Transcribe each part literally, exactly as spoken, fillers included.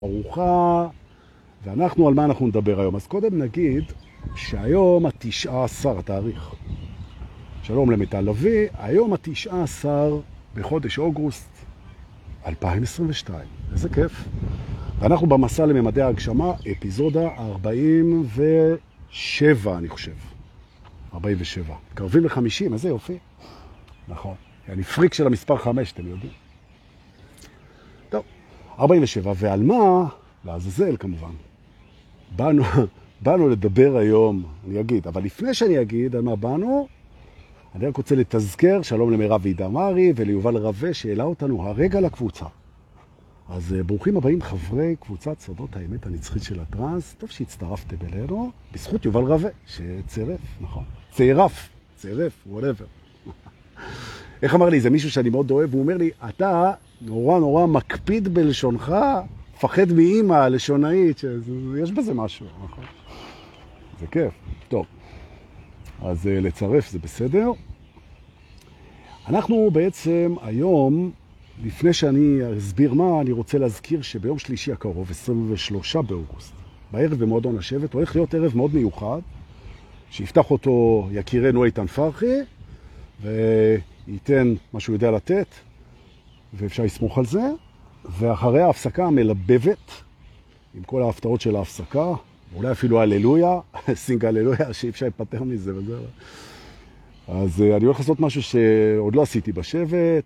ארוחה, ואנחנו על מה אנחנו נדבר היום. אז קודם נגיד שהיום התשעה עשר, התאריך, שלום למיטל לוי, היום התשעה עשר בחודש אוגוסט אלפיים עשרים ושתיים. איזה כיף. ואנחנו במסע לממדי ההגשמה, אפיזודה ארבעים ושבע, אני חושב. ארבעים ושבע. קרבים ל-חמישים, איזה יופי. נכון. אני פריק של המספר חמש, אתם יודעים. טוב, ארבעים ושבע, ועל מה? לעזאזל כמובן. באנו, באנו לדבר היום, אני אגיד, אבל לפני שאני אגיד על מה באנו, אני רק רוצה לתזכר, שלום למירב ועידמרי וליובל רווה שהעלה אותנו הרגע לקבוצה. אז ברוכים הבאים חברי קבוצת סודות האמת הנצחית של הטרנס. טוב שהצטרפתם אלינו, בזכות יובל רווה, שצירף, נכון. צירף, צירף, whatever. איך אמר לי, זה מישהו שאני מאוד אוהב, הוא אומר לי, אתה נורא נורא מקפיד בלשונך, פחד מאמא לשונאית, שיש בזה משהו, נכון? זה כיף. טוב, אז לצרף זה בסדר. אנחנו בעצם היום, לפני שאני אסביר מה, אני רוצה להזכיר שביום שלישי הקרוב, עשרים ושלושה באוגוסט, בערב במועדון השבט, הולך להיות ערב מאוד מיוחד, שיפתח אותו יקירנו איתן פרחי, וייתן מה שהוא יודע לתת, ואפשר לסמוך על זה. ואחרי ההפסקה המלבבת, עם כל ההפתעות של ההפסקה, אולי אפילו הללויה, סינג הללויה, שאי אפשר לפטר מזה וזה. אז אני הולך לעשות משהו שעוד לא עשיתי בשבט,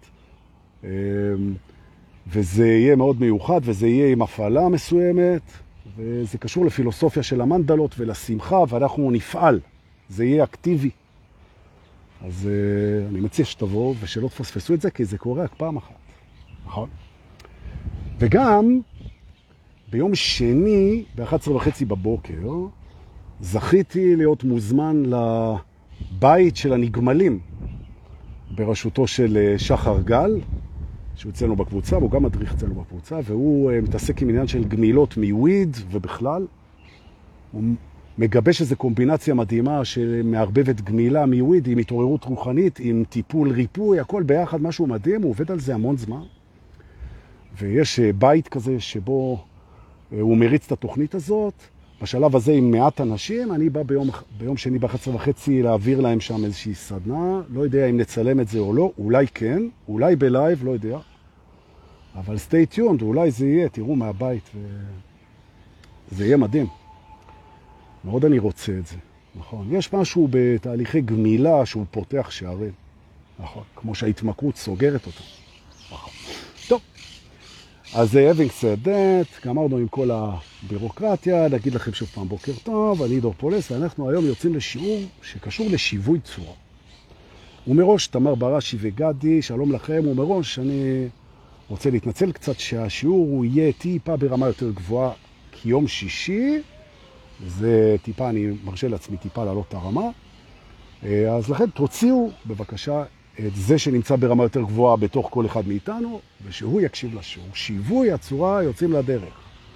וזה יהיה מאוד מיוחד, וזה יהיה עם הפעלה מסוימת, וזה קשור לפילוסופיה של המנדלות ולשמחה, ואנחנו נפעל. זה יהיה אקטיבי. אז אני מציע שתבואו ושלא תפספסו את זה, כי זה קורה רק פעם אחת. נכון? וגם ביום שני, ב-אחת עשרה וחצי בבוקר, זכיתי להיות מוזמן לבית של הנגמלים, בראשותו של שחר גל, שהוא אצלנו בקבוצה, והוא גם מדריך אצלנו בקבוצה, והוא מתעסק עם עניין של גמילות מוויד ובכלל. הוא מגבש איזו קומבינציה מדהימה שמערבבת גמילה מוויד עם התעוררות רוחנית, עם טיפול ריפוי, הכל ביחד, משהו מדהים, הוא עובד על זה המון זמן. ויש בית כזה שבו הוא מריץ את התוכנית הזאת, בשלב הזה עם מעט אנשים, אני בא ביום, ביום שני ב-אחת עשרה וחצי להעביר להם שם איזושהי סדנה, לא יודע אם נצלם את זה או לא, אולי כן, אולי בלייב, לא יודע, אבל stay tuned, אולי זה יהיה, תראו מהבית, וזה יהיה מדהים. מאוד אני רוצה את זה, נכון. יש משהו בתהליכי גמילה שהוא פותח שערים, נכון, כמו שההתמכרות סוגרת אותה, נכון. טוב. אז having said that, גמרנו עם כל הבירוקרטיה, נגיד לכם שוב פעם בוקר טוב, אני דור פולס, ואנחנו היום יוצאים לשיעור שקשור לשיווי צורה. ומראש, תמר בראשי וגדי, שלום לכם, ומראש אני רוצה להתנצל קצת שהשיעור הוא יהיה טיפה ברמה יותר גבוהה, כי יום שישי, זה טיפה, אני מרשה לעצמי טיפה לעלות את הרמה, אז לכן תוציאו בבקשה את זה שנמצא ברמה יותר גבוהה בתוך כל אחד מאיתנו, ושהוא יקשיב לשיעור. שיווי הצורה יוצאים לדרך.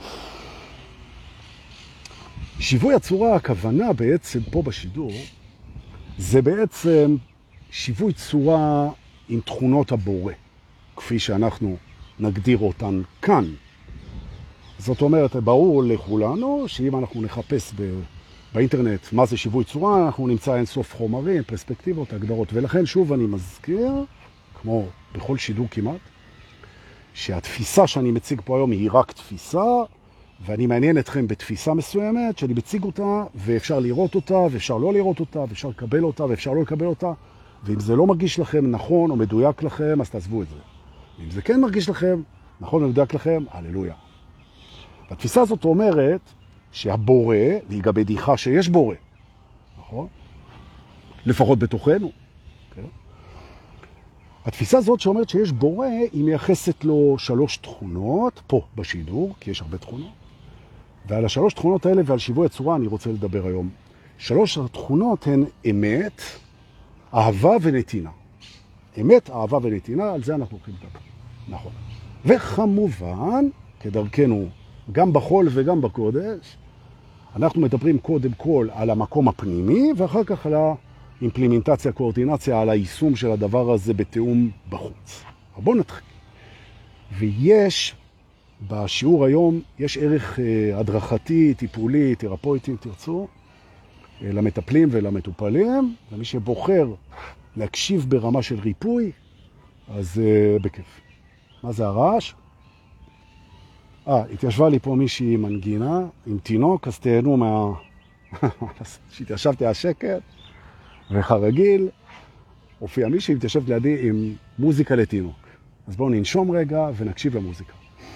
שיווי הצורה, הכוונה בעצם פה בשידור, זה בעצם שיווי צורה עם תכונות הבורא, כפי שאנחנו נגדיר אותן כאן. זאת אומרת, ברור לכולנו שאם אנחנו נחפש ב... באינטרנט מה זה שיווי צורה, אנחנו נמצא אין סוף חומרים, פרספקטיבות, הגדרות. ולכן שוב אני מזכיר, כמו בכל שידור כמעט, שהתפיסה שאני מציג פה היום היא רק תפיסה, ואני מעניין אתכם בתפיסה מסוימת, שאני מציג אותה, ואפשר לראות אותה, ואפשר לא לראות אותה, ואפשר לקבל אותה, ואפשר לא לקבל אותה. ואם זה לא מרגיש לכם נכון או מדויק לכם, אז תעזבו את זה. ואם זה כן מרגיש לכם, נכון ומדויק לכם, הללויה. התפיסה הזאת אומרת, שהבורא, לגבי דיחה שיש בורא, נכון? לפחות בתוכנו. כן? התפיסה הזאת שאומרת שיש בורא, היא מייחסת לו שלוש תכונות, פה בשידור, כי יש הרבה תכונות, ועל השלוש תכונות האלה ועל שיווי הצורה אני רוצה לדבר היום. שלוש התכונות הן אמת, אהבה ונתינה. אמת, אהבה ונתינה, על זה אנחנו הולכים לדבר. נכון. וכמובן, כדרכנו, גם בחול וגם בקודש, אנחנו מדברים קודם כל על המקום הפנימי, ואחר כך על האימפלימנטציה, קואורדינציה, על היישום של הדבר הזה בתאום בחוץ. בואו נתחיל. ויש בשיעור היום יש ערך הדרכתי, טיפולי, תרפויטי, תרצו, למטפלים ולמטופלים, ומי שבוחר להקשיב ברמה של ריפוי, אז בכיף. מה זה הרעש? אה, התיישבה לי פה מישהי מנגינה עם תינוק, אז תהנו מה... שהתיישבתי השקט, וכרגיל, הופיע מישהי התיישבת לידי עם מוזיקה לתינוק. אז בואו ננשום רגע ונקשיב למוזיקה.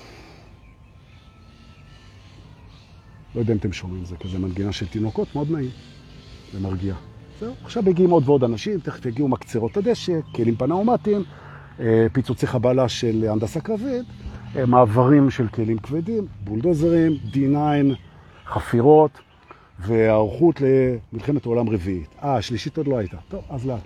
לא יודע אם אתם שומעים, זה כזה מנגינה של תינוקות, מאוד נעים ומרגיע. זהו, עכשיו מגיעים עוד ועוד אנשים, תכף יגיעו מקצרות הדשא, כלים פנאומטיים, פיצוצי חבלה של הנדסה קרבית, מעברים של כלים כבדים, בולדוזרים, די ניין, חפירות, והערכות למלחמת העולם רביעית. אה, השלישית עוד לא הייתה. טוב, אז לאט לאט.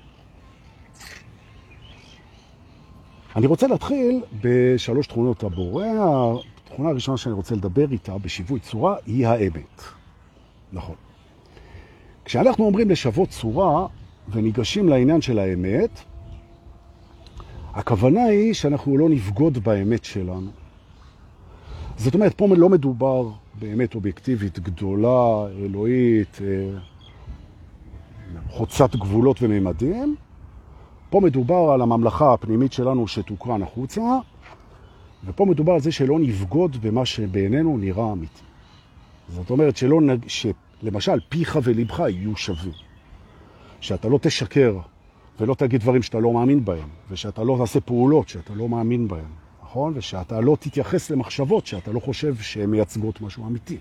אני רוצה להתחיל בשלוש תכונות הבורא. התכונה הראשונה שאני רוצה לדבר איתה בשיווי צורה היא האמת. נכון. כשאנחנו אומרים לשוות צורה וניגשים לעניין של האמת, הכוונה היא שאנחנו לא נבגוד באמת שלנו. זאת אומרת, פה לא מדובר באמת אובייקטיבית גדולה, אלוהית, חוצת גבולות וממדים. פה מדובר על הממלכה הפנימית שלנו שתוקרן החוצה, ופה מדובר על זה שלא נבגוד במה שבעינינו נראה אמיתי. זאת אומרת שלא נג... שלמשל פיך ולבך יהיו שווים. שאתה לא תשקר ולא תגיד דברים שאתה לא מאמין בהם, ושאתה לא תעשה פעולות שאתה לא מאמין בהם, נכון? ושאתה לא תתייחס למחשבות שאתה לא חושב שהן מייצגות משהו אמיתי.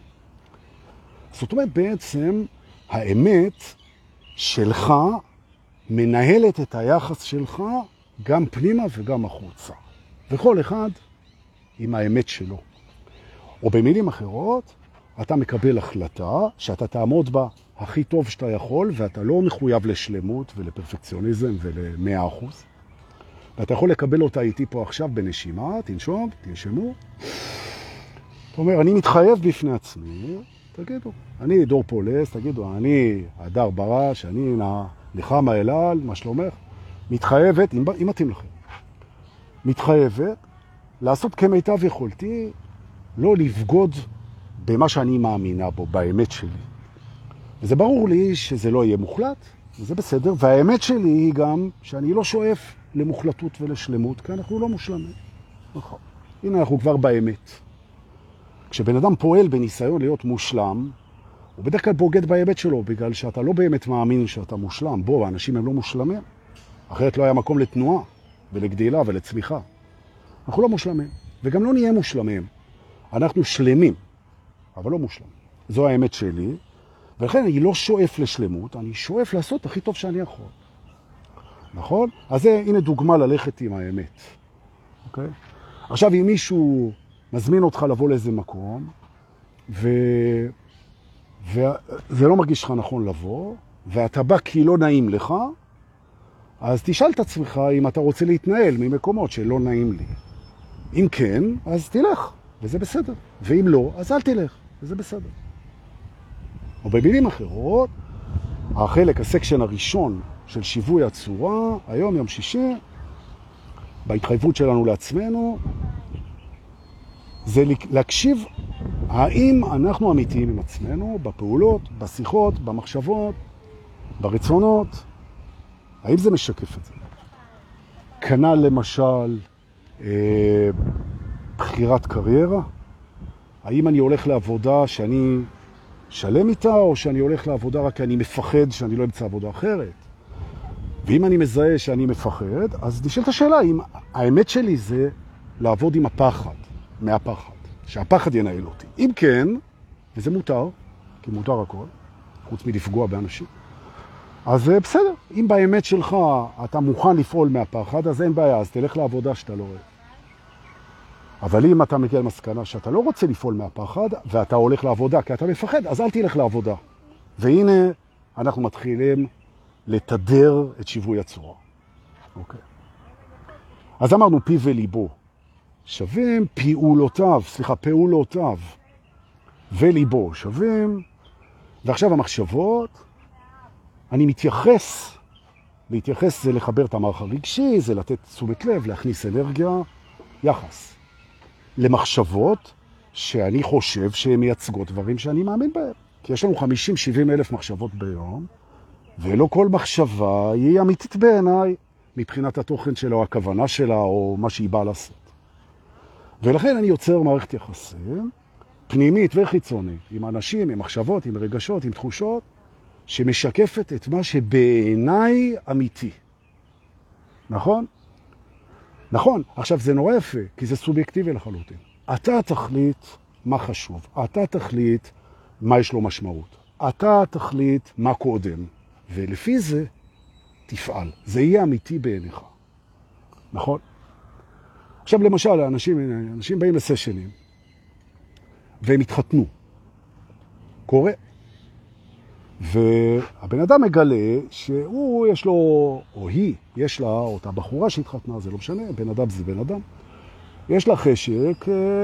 זאת אומרת בעצם האמת שלך מנהלת את היחס שלך גם פנימה וגם החוצה. וכל אחד עם האמת שלו. או במילים אחרות, אתה מקבל החלטה שאתה תעמוד בה הכי טוב שאתה יכול, ואתה לא מחויב לשלמות ולפרפקציוניזם ולמאה אחוז. ואתה יכול לקבל אותה איתי פה עכשיו בנשימה, תנשום, תנשמו. אתה אומר, אני מתחייב בפני עצמי, תגידו, אני דור פולס, תגידו, אני הדר ברש, אני נחמה אלעל, מה שלומך? מתחייבת, אם, אם מתאים לכם, מתחייבת לעשות כמיטב יכולתי, לא לבגוד במה שאני מאמינה בו, באמת שלי. וזה ברור לי שזה לא יהיה מוחלט, וזה בסדר, והאמת שלי היא גם שאני לא שואף למוחלטות ולשלמות, כי אנחנו לא מושלמים. נכון. הנה אנחנו כבר באמת. כשבן אדם פועל בניסיון להיות מושלם, הוא בדרך כלל בוגד באמת שלו, בגלל שאתה לא באמת מאמין שאתה מושלם. בוא, האנשים הם לא מושלמים. אחרת לא היה מקום לתנועה ולגדילה ולצמיחה. אנחנו לא מושלמים, וגם לא נהיה מושלמים. אנחנו שלמים, אבל לא מושלמים. זו האמת שלי, ולכן אני לא שואף לשלמות, אני שואף לעשות הכי טוב שאני יכול. נכון? אז זה, הנה דוגמה ללכת עם האמת. אוקיי? עכשיו, אם מישהו מזמין אותך לבוא לאיזה מקום, ו... וזה לא מרגיש לך נכון לבוא, ואתה בא כי לא נעים לך, אז תשאל את עצמך אם אתה רוצה להתנהל ממקומות שלא נעים לי. אם כן, אז תלך, וזה בסדר. ואם לא, אז אל תלך, וזה בסדר. או במילים אחרות, החלק, הסקשן הראשון של שיווי הצורה, היום יום שישי, בהתחייבות שלנו לעצמנו, זה להקשיב האם אנחנו אמיתיים עם עצמנו, בפעולות, בשיחות, במחשבות, ברצונות, האם זה משקף את זה? כנ"ל למשל, אה, בחירת קריירה, האם אני הולך לעבודה שאני שלם איתה, או שאני הולך לעבודה רק כי אני מפחד שאני לא אמצא עבודה אחרת? ואם אני מזהה שאני מפחד, אז נשאלת השאלה, אם האמת שלי זה לעבוד עם הפחד, מהפחד, שהפחד ינהל אותי. אם כן, וזה מותר, כי מותר הכל, חוץ מלפגוע באנשים, אז בסדר. אם באמת שלך אתה מוכן לפעול מהפחד, אז אין בעיה, אז תלך לעבודה שאתה לא אוהב. אבל אם אתה מגיע למסקנה שאתה לא רוצה לפעול מהפחד, ואתה הולך לעבודה כי אתה מפחד, אז אל תלך לעבודה. והנה אנחנו מתחילים לתדר את שיווי הצורה. אוקיי. אז אמרנו פי וליבו שווים, פעולותיו, סליחה, פעולותיו וליבו שווים, ועכשיו המחשבות, אני מתייחס, להתייחס זה לחבר את המערך הרגשי, זה לתת תשומת לב, להכניס אנרגיה, יחס. למחשבות שאני חושב שהן מייצגות דברים שאני מאמין בהם. כי יש לנו חמישים שבעים אלף מחשבות ביום, ולא כל מחשבה היא אמיתית בעיניי, מבחינת התוכן שלה או הכוונה שלה או מה שהיא באה לעשות. ולכן אני יוצר מערכת יחסים, פנימית וחיצונית, עם אנשים, עם מחשבות, עם רגשות, עם תחושות, שמשקפת את מה שבעיניי אמיתי. נכון? נכון. עכשיו זה נורא יפה, כי זה סובייקטיבי לחלוטין. אתה תחליט מה חשוב, אתה תחליט מה יש לו משמעות, אתה תחליט מה קודם, ולפי זה תפעל. זה יהיה אמיתי בעיניך. נכון? עכשיו למשל, אנשים, אנשים באים לסשנים, והם התחתנו. קורה. והבן אדם מגלה שהוא יש לו, או היא, יש לה, אותה בחורה שהתחתנה, זה לא משנה, בן אדם זה בן אדם. יש לה חשק,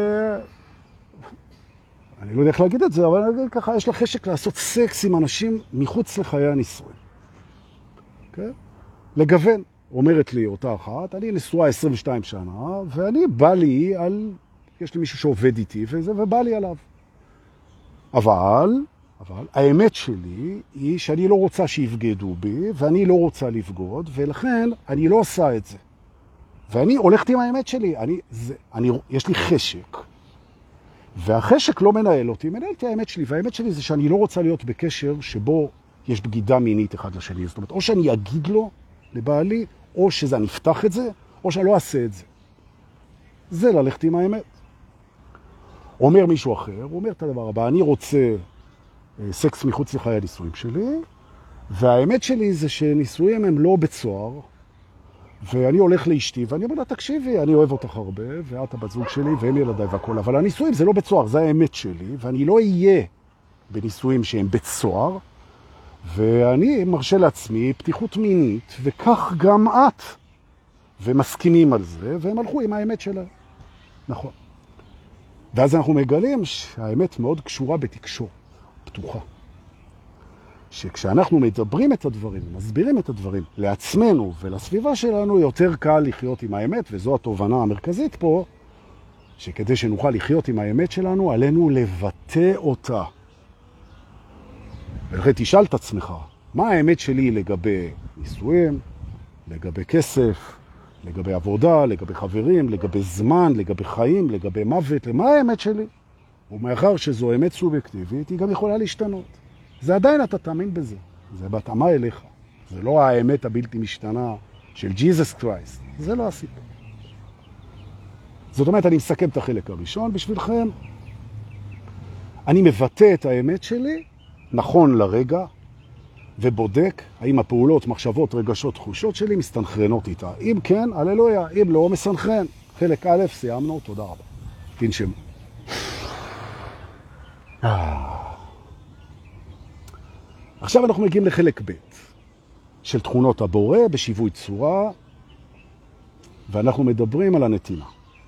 אני לא יודע איך להגיד את זה, אבל ככה, יש לה חשק לעשות סקס עם אנשים מחוץ לחיי הנישואים. אוקיי? לגוון. אומרת לי אותה אחת, אני נשואה עשרים ושתיים שנה, ואני בא לי על, יש לי מישהו שעובד איתי וזה, ובא לי עליו. אבל, אבל, האמת שלי היא שאני לא רוצה שיפגדו בי, ואני לא רוצה לפגוד, ולכן אני לא עושה את זה. ואני הולכת עם האמת שלי, אני, זה, אני, יש לי חשק, והחשק לא מנהל אותי, מנהל אותי האמת שלי, והאמת שלי זה שאני לא רוצה להיות בקשר שבו יש בגידה מינית אחד לשני. זאת אומרת, או שאני אגיד לו, לבעלי, או שזה אני אפתח את זה, או שאני לא אעשה את זה. זה ללכת עם האמת. אומר מישהו אחר, הוא אומר את הדבר הבא, אני רוצה סקס מחוץ לחיי הנישואים שלי, והאמת שלי זה שנישואים הם לא בצוהר, ואני הולך לאשתי, ואני אומר לה, תקשיבי, אני אוהב אותך הרבה, ואת הבת זוג שלי, והם ילדיי והכל, אבל הנישואים זה לא בצוהר, זה האמת שלי, ואני לא אהיה בנישואים שהם בצוהר, ואני מרשה לעצמי פתיחות מינית, וכך גם את. ומסכימים על זה, והם הלכו עם האמת שלהם. נכון. ואז אנחנו מגלים שהאמת מאוד קשורה בתקשורת, פתוחה. שכשאנחנו מדברים את הדברים, מסבירים את הדברים לעצמנו ולסביבה שלנו, יותר קל לחיות עם האמת, וזו התובנה המרכזית פה, שכדי שנוכל לחיות עם האמת שלנו, עלינו לבטא אותה. ולכן תשאל את עצמך, מה האמת שלי לגבי נישואים, לגבי כסף, לגבי עבודה, לגבי חברים, לגבי זמן, לגבי חיים, לגבי מוות, למה האמת שלי? ומאחר שזו אמת סובייקטיבית, היא גם יכולה להשתנות. זה עדיין אתה תאמין בזה, זה בהתאמה אליך. זה לא האמת הבלתי משתנה של ג'יזוס קרייסט, זה לא הסיפור. זאת אומרת, אני מסכם את החלק הראשון בשבילכם. אני מבטא את האמת שלי, נכון לרגע, ובודק האם הפעולות, מחשבות, רגשות, תחושות שלי מסתנכרנות איתה. אם כן, הללויה, אם לא, מסנכרן. חלק א', סיימנו, תודה רבה. תנשמו. עכשיו אנחנו מגיעים לחלק ב' של תכונות הבורא בשיווי צורה, ואנחנו מדברים על הנתינה.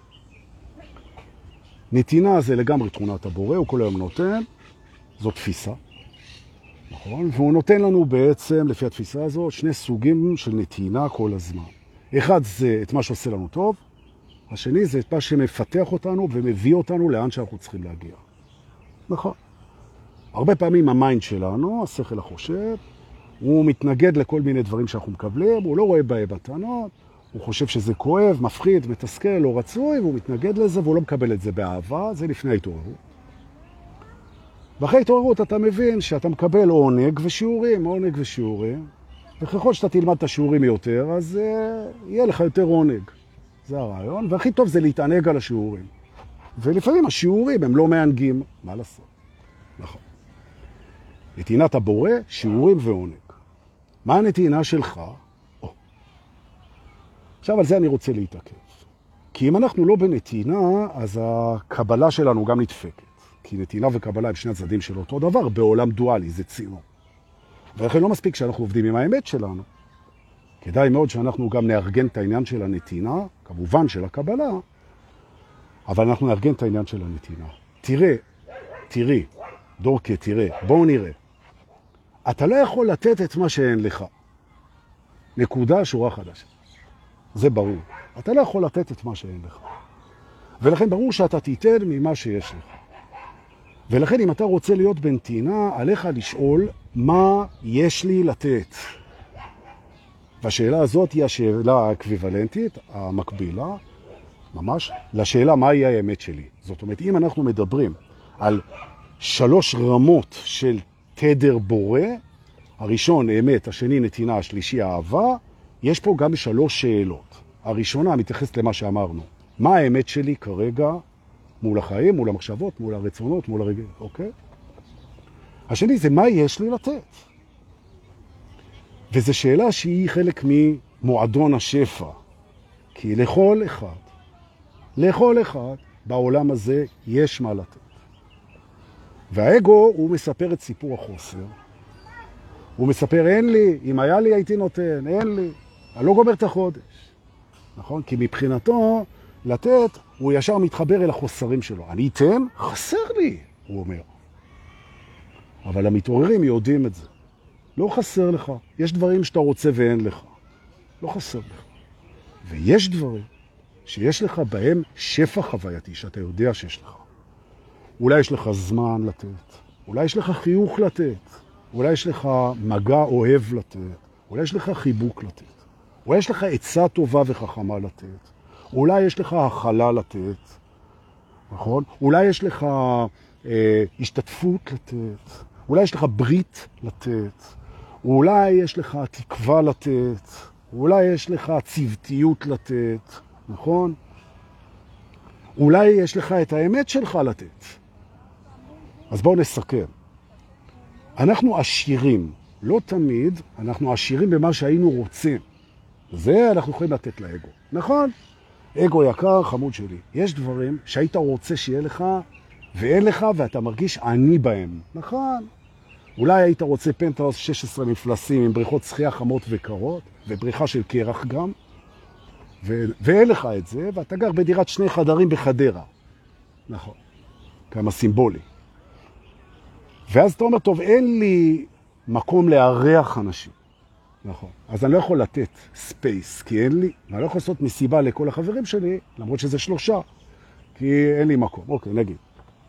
נתינה זה לגמרי תכונת הבורא, הוא כל היום נותן, זו תפיסה. נכון? והוא נותן לנו בעצם, לפי התפיסה הזו, שני סוגים של נתינה כל הזמן. אחד זה את מה שעושה לנו טוב, השני זה את מה שמפתח אותנו ומביא אותנו לאן שאנחנו צריכים להגיע. נכון. הרבה פעמים המיינד שלנו, השכל החושב, הוא מתנגד לכל מיני דברים שאנחנו מקבלים, הוא לא רואה בהם בטענות, הוא חושב שזה כואב, מפחיד, מתסכל, לא רצוי, והוא מתנגד לזה והוא לא מקבל את זה באהבה, זה לפני ההתעוררות. ואחרי התעוררות אתה מבין שאתה מקבל עונג ושיעורים, עונג ושיעורים, וככל שאתה תלמד את השיעורים יותר, אז uh, יהיה לך יותר עונג. זה הרעיון, והכי טוב זה להתענג על השיעורים. ולפעמים השיעורים הם לא מענגים, מה לעשות? נכון. נתינת הבורא, שיעורים ועונג. מה הנתינה שלך? או. עכשיו על זה אני רוצה להתעכב. כי אם אנחנו לא בנתינה, אז הקבלה שלנו גם נדפקת. כי נתינה וקבלה הם שני הצדדים של אותו דבר, בעולם דואלי, זה צינור. ולכן לא מספיק שאנחנו עובדים עם האמת שלנו. כדאי מאוד שאנחנו גם נארגן את העניין של הנתינה, כמובן של הקבלה, אבל אנחנו נארגן את העניין של הנתינה. תראה, תראי, דורקה, תראה, בואו נראה. אתה לא יכול לתת את מה שאין לך. נקודה, שורה חדשה. זה ברור. אתה לא יכול לתת את מה שאין לך. ולכן ברור שאתה תיתן ממה שיש לך. ולכן אם אתה רוצה להיות בנתינה, עליך לשאול מה יש לי לתת. והשאלה הזאת היא השאלה האקוויוולנטית, המקבילה, ממש, לשאלה מהי האמת שלי. זאת אומרת, אם אנחנו מדברים על שלוש רמות של תדר בורא, הראשון אמת, השני נתינה, השלישי אהבה, יש פה גם שלוש שאלות. הראשונה מתייחסת למה שאמרנו. מה האמת שלי כרגע מול החיים, מול המחשבות, מול הרצונות, מול הרגעים, אוקיי? השני זה מה יש לי לתת. וזו שאלה שהיא חלק ממועדון השפע. כי לכל אחד, לכל אחד בעולם הזה יש מה לתת. והאגו הוא מספר את סיפור החוסר. הוא מספר אין לי, אם היה לי הייתי נותן, אין לי. אני לא גומר את החודש. נכון? כי מבחינתו לתת הוא ישר מתחבר אל החוסרים שלו. אני אתן? חסר לי, הוא אומר. אבל המתעוררים יודעים את זה. לא חסר לך. יש דברים שאתה רוצה ואין לך. לא חסר לך. ויש דברים שיש לך בהם שפע חווייתי, שאתה יודע שיש לך. אולי יש לך זמן לתת. אולי יש לך חיוך לתת. אולי יש לך מגע אוהב לתת. אולי יש לך חיבוק לתת. אולי יש לך עצה טובה וחכמה לתת. אולי יש לך הכלה לתת. נכון? אולי יש לך אה, השתתפות לתת. אולי יש לך ברית לתת. אולי יש לך תקווה לתת. אולי יש לך צוותיות לתת. נכון? אולי יש לך את האמת שלך לתת. אז בואו נסכם. אנחנו עשירים. לא תמיד אנחנו עשירים במה שהיינו רוצים. זה אנחנו יכולים לתת לאגו. נכון? אגו יקר, חמוד שלי. יש דברים שהיית רוצה שיהיה לך ואין לך ואתה מרגיש עני בהם. נכון? אולי היית רוצה פנטהאוס שש עשרה מפלסים עם בריכות שחייה חמות וקרות ובריכה של קרח גם. ו- ואין לך את זה, ואתה גר בדירת שני חדרים בחדרה. נכון. כמה סימבולי. ואז אתה אומר, טוב, אין לי מקום לארח אנשים. נכון. אז אני לא יכול לתת ספייס, כי אין לי, אני לא יכול לעשות מסיבה לכל החברים שלי, למרות שזה שלושה, כי אין לי מקום. אוקיי, נגיד.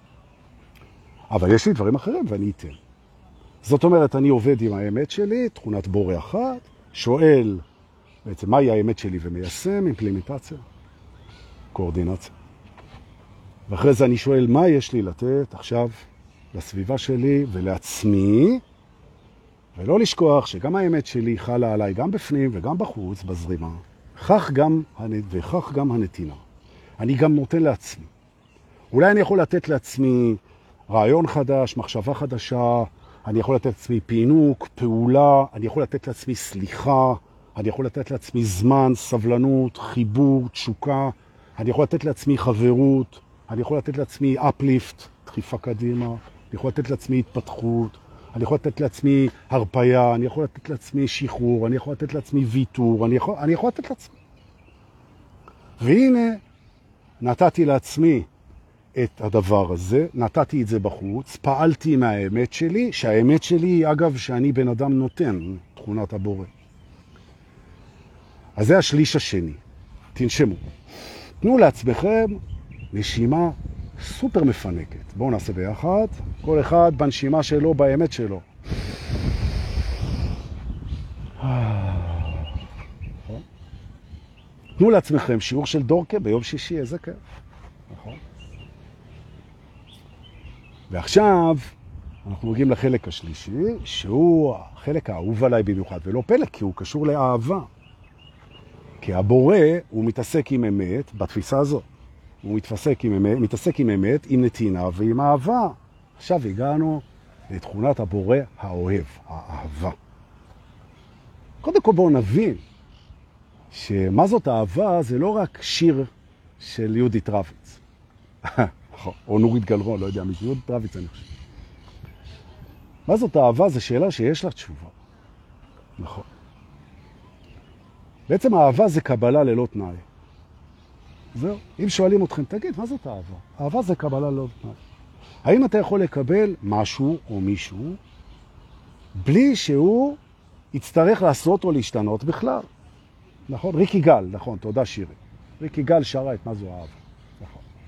אבל יש לי דברים אחרים ואני אתן. זאת אומרת, אני עובד עם האמת שלי, תכונת בורא אחת, שואל בעצם מהי האמת שלי ומיישם, אימפלימנטציה, קואורדינציה. ואחרי זה אני שואל מה יש לי לתת עכשיו לסביבה שלי ולעצמי, ולא לשכוח שגם האמת שלי חלה עליי גם בפנים וגם בחוץ, בזרימה, כך גם, וכך גם הנתינה. אני גם נותן לעצמי. אולי אני יכול לתת לעצמי רעיון חדש, מחשבה חדשה, אני יכול לתת לעצמי פינוק, פעולה, אני יכול לתת לעצמי סליחה, אני יכול לתת לעצמי זמן, סבלנות, חיבור, תשוקה, אני יכול לתת לעצמי חברות, אני יכול לתת לעצמי אפליפט, דחיפה קדימה, אני יכול לתת לעצמי התפתחות, אני יכול לתת לעצמי הרפיה, אני יכול לתת לעצמי שחרור, אני יכול לתת לעצמי ויתור, אני יכול, אני יכול לתת לעצמי. והנה, נתתי לעצמי את הדבר הזה, נתתי את זה בחוץ, פעלתי מהאמת שלי, שהאמת שלי היא אגב שאני בן אדם נותן, תכונת הבורא. אז זה השליש השני. תנשמו. תנו לעצמכם נשימה סופר מפנקת. בואו נעשה ביחד. כל אחד בנשימה שלו, באמת שלו. תנו לעצמכם שיעור של דורקה ביום שישי, איזה כיף. נכון? ועכשיו אנחנו מגיעים לחלק השלישי, שהוא החלק האהוב עליי במיוחד, ולא פלא, כי הוא קשור לאהבה. כי הבורא הוא מתעסק עם אמת בתפיסה הזאת. הוא מתעסק עם אמת, מתעסק עם אמת, עם נתינה ועם אהבה. עכשיו הגענו לתכונת הבורא האוהב, האהבה. קודם כל בואו נבין שמה זאת אהבה זה לא רק שיר של יהודית רביץ. או נורית גלרון, לא יודע מי, יהודית רביץ אני חושב. מה זאת אהבה? זו שאלה שיש לה תשובה. נכון. בעצם האהבה זה קבלה ללא תנאי. זהו. אם שואלים אתכם, תגיד, מה זאת אהבה? אהבה זה קבלה ללא תנאי. האם אתה יכול לקבל משהו או מישהו בלי שהוא יצטרך לעשות או להשתנות בכלל? נכון? ריקי גל, נכון, תודה שירי. ריקי גל שרה את מה זו אהבה. נכון.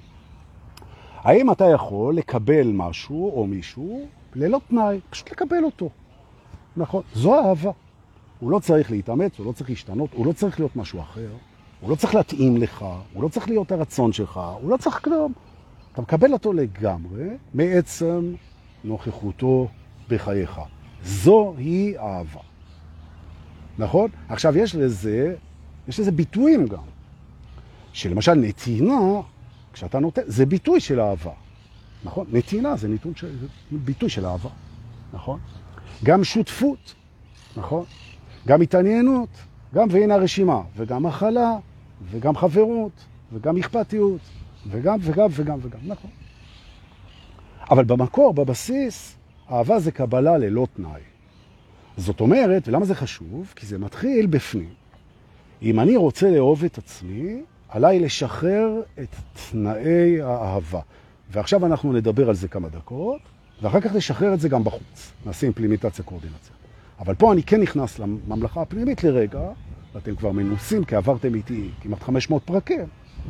האם אתה יכול לקבל משהו או מישהו ללא תנאי, פשוט לקבל אותו. נכון, זו אהבה. הוא לא צריך להתאמץ, הוא לא צריך להשתנות, הוא לא צריך להיות משהו אחר, הוא לא צריך להתאים לך, הוא לא צריך להיות הרצון שלך, הוא לא צריך כלום. אתה מקבל אותו לגמרי מעצם נוכחותו בחייך. זו היא אהבה. נכון? עכשיו יש לזה, יש לזה ביטויים גם. שלמשל נתינה, כשאתה נותן, זה ביטוי של אהבה. נכון? נתינה זה ניתון של, זה ביטוי של אהבה. נכון? גם שותפות. נכון? גם התעניינות, גם והנה הרשימה, וגם מחלה, וגם חברות, וגם אכפתיות, וגם וגם וגם וגם. נכון? אבל במקור, בבסיס, אהבה זה קבלה ללא תנאי. זאת אומרת, ולמה זה חשוב? כי זה מתחיל בפנים. אם אני רוצה לאהוב את עצמי, עליי לשחרר את תנאי האהבה. ועכשיו אנחנו נדבר על זה כמה דקות, ואחר כך לשחרר את זה גם בחוץ. נעשה אימפלימנטציה קואורדינציה. אבל פה אני כן נכנס לממלכה הפנימית לרגע, ואתם כבר מנוסים, כי עברתם איתי כמעט חמש מאות פרקים.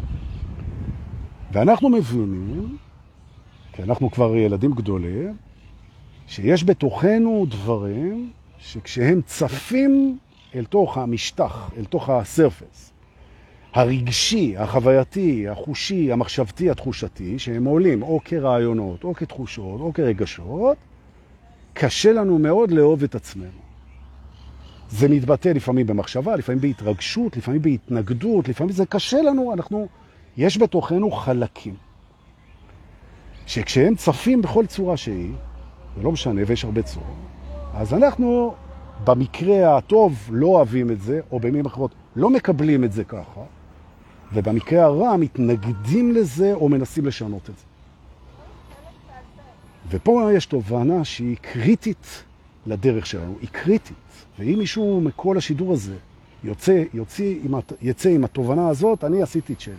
ואנחנו מבינים, כי אנחנו כבר ילדים גדולים, שיש בתוכנו דברים שכשהם צפים אל תוך המשטח, אל תוך הסרפס, הרגשי, החווייתי, החושי, המחשבתי, התחושתי, שהם עולים או כרעיונות, או כתחושות, או כרגשות, קשה לנו מאוד לאהוב את עצמנו. זה מתבטא לפעמים במחשבה, לפעמים בהתרגשות, לפעמים בהתנגדות, לפעמים זה קשה לנו, אנחנו, יש בתוכנו חלקים. שכשהם צפים בכל צורה שהיא, ולא משנה, ויש הרבה צורה, אז אנחנו במקרה הטוב לא אוהבים את זה, או במילים אחרות לא מקבלים את זה ככה, ובמקרה הרע מתנגדים לזה או מנסים לשנות את זה. ופה יש תובנה שהיא קריטית לדרך שלנו, היא קריטית. ואם מישהו מכל השידור הזה יוצא, יוצא, עם, יצא עם התובנה הזאת, אני עשיתי את שלי.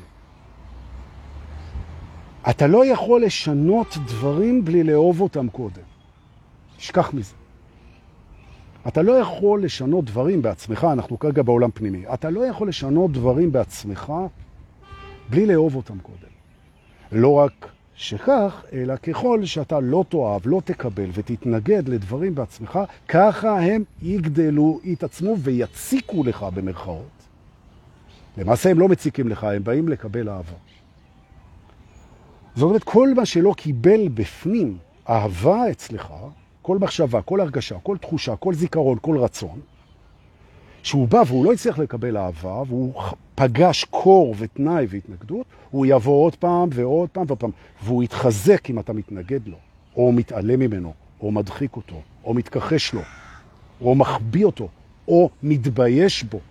אתה לא יכול לשנות דברים בלי לאהוב אותם קודם. תשכח מזה. אתה לא יכול לשנות דברים בעצמך, אנחנו כרגע בעולם פנימי, אתה לא יכול לשנות דברים בעצמך בלי לאהוב אותם קודם. לא רק שכך, אלא ככל שאתה לא תאהב, לא תקבל ותתנגד לדברים בעצמך, ככה הם יגדלו, יתעצמו ויציקו לך במרכאות. למעשה הם לא מציקים לך, הם באים לקבל אהבה. זאת אומרת, כל מה שלא קיבל בפנים אהבה אצלך, כל מחשבה, כל הרגשה, כל תחושה, כל זיכרון, כל רצון, שהוא בא והוא לא יצליח לקבל אהבה, והוא פגש קור ותנאי והתנגדות, הוא יבוא עוד פעם ועוד פעם ועוד פעם, והוא יתחזק אם אתה מתנגד לו, או מתעלם ממנו, או מדחיק אותו, או מתכחש לו, או מחביא אותו, או מתבייש בו.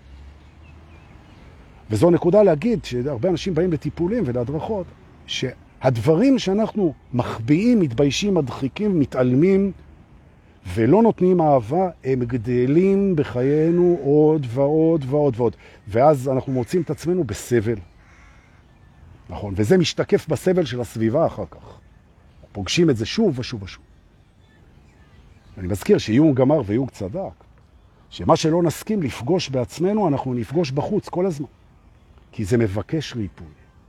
וזו נקודה להגיד שהרבה אנשים באים לטיפולים ולהדרכות, שהדברים שאנחנו מחביאים, מתביישים, מדחיקים, מתעלמים, ולא נותנים אהבה, הם גדלים בחיינו עוד ועוד ועוד ועוד. ואז אנחנו מוצאים את עצמנו בסבל. נכון, וזה משתקף בסבל של הסביבה אחר כך. פוגשים את זה שוב ושוב ושוב. אני מזכיר שיונג גמר ויונג צדק, שמה שלא נסכים לפגוש בעצמנו, אנחנו נפגוש בחוץ כל הזמן. כי זה מבקש ריפוי.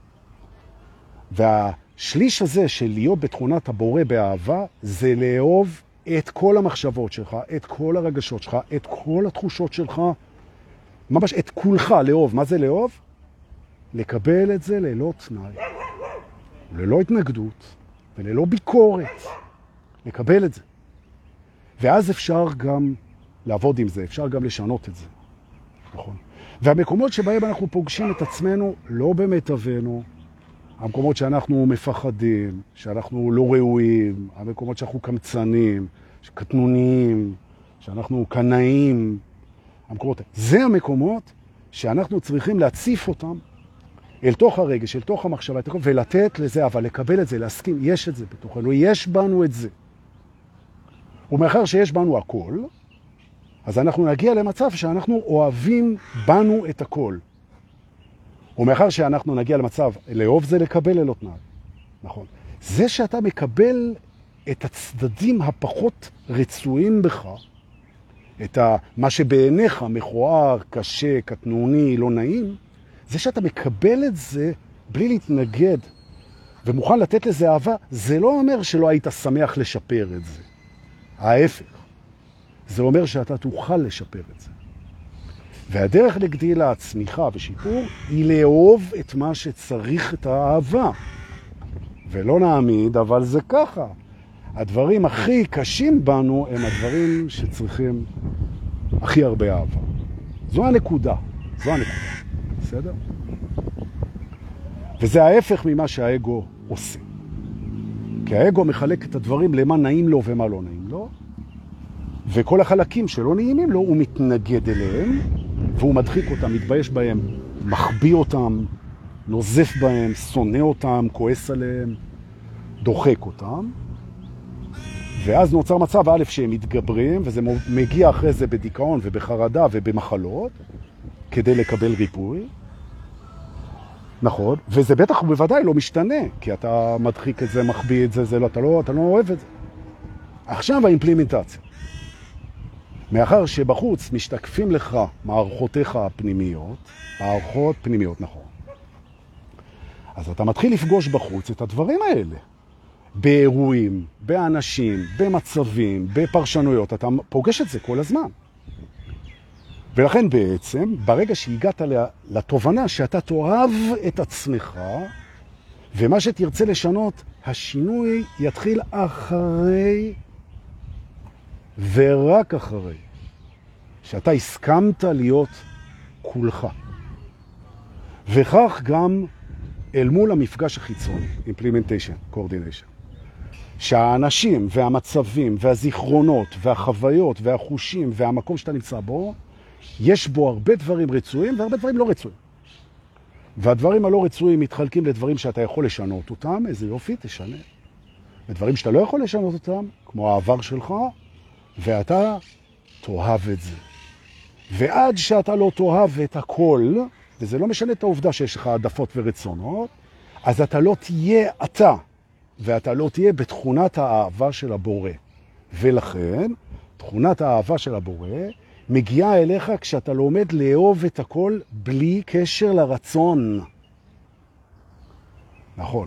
והשליש הזה של להיות בתכונת הבורא באהבה, זה לאהוב את כל המחשבות שלך, את כל הרגשות שלך, את כל התחושות שלך, ממש את כולך לאהוב. מה זה לאהוב? לקבל את זה ללא תנאי, ללא התנגדות וללא ביקורת. לקבל את זה. ואז אפשר גם לעבוד עם זה, אפשר גם לשנות את זה. נכון? והמקומות שבהם אנחנו פוגשים את עצמנו לא במיטבנו, המקומות שאנחנו מפחדים, שאנחנו לא ראויים, המקומות שאנחנו קמצנים, קטנוניים, שאנחנו קנאים, המקומות, זה המקומות שאנחנו צריכים להציף אותם אל תוך הרגש, אל תוך המחשבה, ולתת לזה, אבל לקבל את זה, להסכים, יש את זה בתוכנו, יש בנו את זה. ומאחר שיש בנו הכל, אז אנחנו נגיע למצב שאנחנו אוהבים בנו את הכל. ומאחר שאנחנו נגיע למצב, לאהוב זה לקבל ללא תנאי. נכון. זה שאתה מקבל את הצדדים הפחות רצויים בך, את מה שבעיניך מכוער, קשה, קטנוני, לא נעים, זה שאתה מקבל את זה בלי להתנגד, ומוכן לתת לזה אהבה, זה לא אומר שלא היית שמח לשפר את זה. ההפך. זה אומר שאתה תוכל לשפר את זה. והדרך לגדילה, צמיחה ושיפור, היא לאהוב את מה שצריך את האהבה. ולא נעמיד, אבל זה ככה. הדברים הכי קשים בנו הם הדברים שצריכים הכי הרבה אהבה. זו הנקודה. זו הנקודה. בסדר? וזה ההפך ממה שהאגו עושה. כי האגו מחלק את הדברים למה נעים לו ומה לא נעים לו, וכל החלקים שלא נעימים לו הוא מתנגד אליהם, והוא מדחיק אותם, מתבייש בהם, מחביא אותם, נוזף בהם, שונא אותם, כועס עליהם, דוחק אותם. ואז נוצר מצב א' שהם מתגברים, וזה מגיע אחרי זה בדיכאון ובחרדה ובמחלות, כדי לקבל ריפוי. נכון, וזה בטח ובוודאי לא משתנה, כי אתה מדחיק את זה, מחביא את זה, זה לא, אתה לא, אתה לא אוהב את זה. עכשיו האימפלימנטציה. מאחר שבחוץ משתקפים לך מערכותיך הפנימיות, מערכות פנימיות, נכון. אז אתה מתחיל לפגוש בחוץ את הדברים האלה. באירועים, באנשים, במצבים, בפרשנויות, אתה פוגש את זה כל הזמן. ולכן בעצם, ברגע שהגעת לתובנה שאתה תאהב את עצמך, ומה שתרצה לשנות, השינוי יתחיל אחרי ורק אחרי שאתה הסכמת להיות כולך. וכך גם אל מול המפגש החיצוני, implementation, coordination. שהאנשים והמצבים והזיכרונות והחוויות והחושים והמקום שאתה נמצא בו, יש בו הרבה דברים רצויים והרבה דברים לא רצויים. והדברים הלא רצויים מתחלקים לדברים שאתה יכול לשנות אותם, איזה יופי, תשנה. ודברים שאתה לא יכול לשנות אותם, כמו העבר שלך, ואתה תאהב את זה. ועד שאתה לא תאהב את הכל, וזה לא משנה את העובדה שיש לך עדפות ורצונות, אז אתה לא תהיה אתה, ואתה לא תהיה בתכונת האהבה של הבורא. ולכן, תכונת האהבה של הבורא מגיעה אליך כשאתה לומד לאהוב את הכל בלי קשר לרצון. נכון.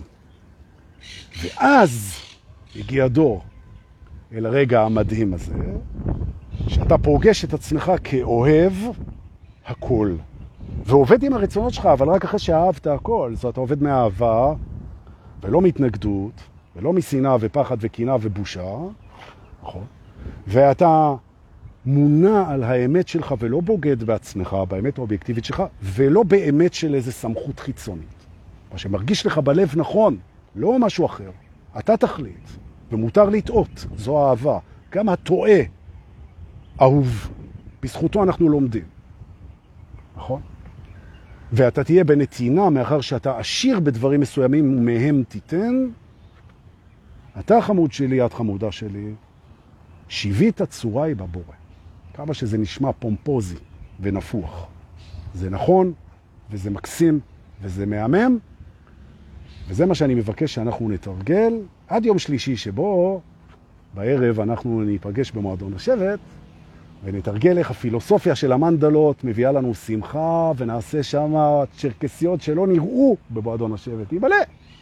ואז הגיע דור אל הרגע המדהים הזה, שאתה פוגש את עצמך כאוהב הכל. ועובד עם הרצונות שלך, אבל רק אחרי שאהבת הכל. זאת אתה עובד מאהבה, ולא מתנגדות, ולא משנאה ופחד וקינה ובושה. נכון. ואתה מונע על האמת שלך ולא בוגד בעצמך, באמת האובייקטיבית שלך, ולא באמת של איזה סמכות חיצונית. מה שמרגיש לך בלב נכון, לא משהו אחר. אתה תחליט, ומותר לטעות, זו האהבה. גם הטועה, אהוב. בזכותו אנחנו לומדים. נכון? ואתה תהיה בנתינה, מאחר שאתה עשיר בדברים מסוימים ומהם תיתן, אתה חמוד שלי, את חמודה שלי, שיבית הצורה היא בבורא. כמה שזה נשמע פומפוזי ונפוח. זה נכון, וזה מקסים, וזה מהמם, וזה מה שאני מבקש שאנחנו נתרגל עד יום שלישי שבו בערב אנחנו ניפגש במועדון השבט, ונתרגל איך הפילוסופיה של המנדלות מביאה לנו שמחה, ונעשה שם צ'רקסיות שלא נראו במועדון השבט. יבלה!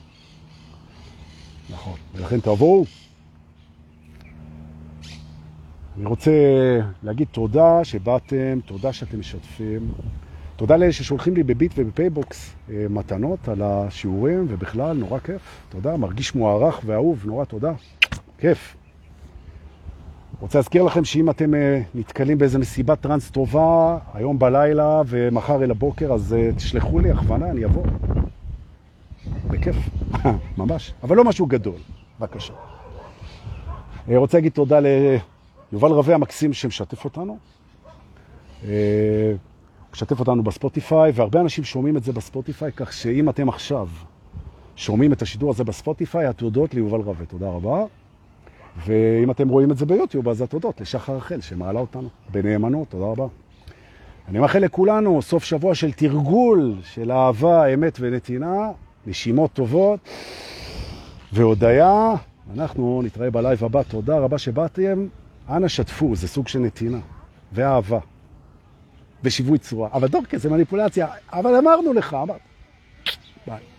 נכון, ולכן תבואו. אני רוצה להגיד תודה שבאתם, תודה שאתם משתפים. תודה לאלה ששולחים לי בביט ובפייבוקס מתנות על השיעורים, ובכלל נורא כיף. תודה, מרגיש מוערך ואהוב, נורא תודה. כיף. רוצה להזכיר לכם שאם אתם נתקלים באיזה מסיבת טרנס טובה, היום בלילה ומחר אל הבוקר, אז תשלחו לי הכוונה, אני אבוא. בכיף, ממש. אבל לא משהו גדול. בבקשה. רוצה להגיד תודה ליובל רווה המקסים שמשתף אותנו. משתף אותנו בספוטיפיי, והרבה אנשים שומעים את זה בספוטיפיי, כך שאם אתם עכשיו שומעים את השידור הזה בספוטיפיי, התודות ליובל רווה. תודה רבה. ואם אתם רואים את זה ביוטיוב, אז התודות לשחר רחל שמעלה אותנו בנאמנות. תודה רבה. אני מאחל לכולנו סוף שבוע של תרגול, של אהבה, אמת ונתינה, נשימות טובות והודיה. אנחנו נתראה בלייב הבא. תודה רבה שבאתם. אנא שתפו, זה סוג של נתינה ואהבה ושיווי צורה. אבל דורקה זה מניפולציה, אבל אמרנו לך, אמרת. ביי.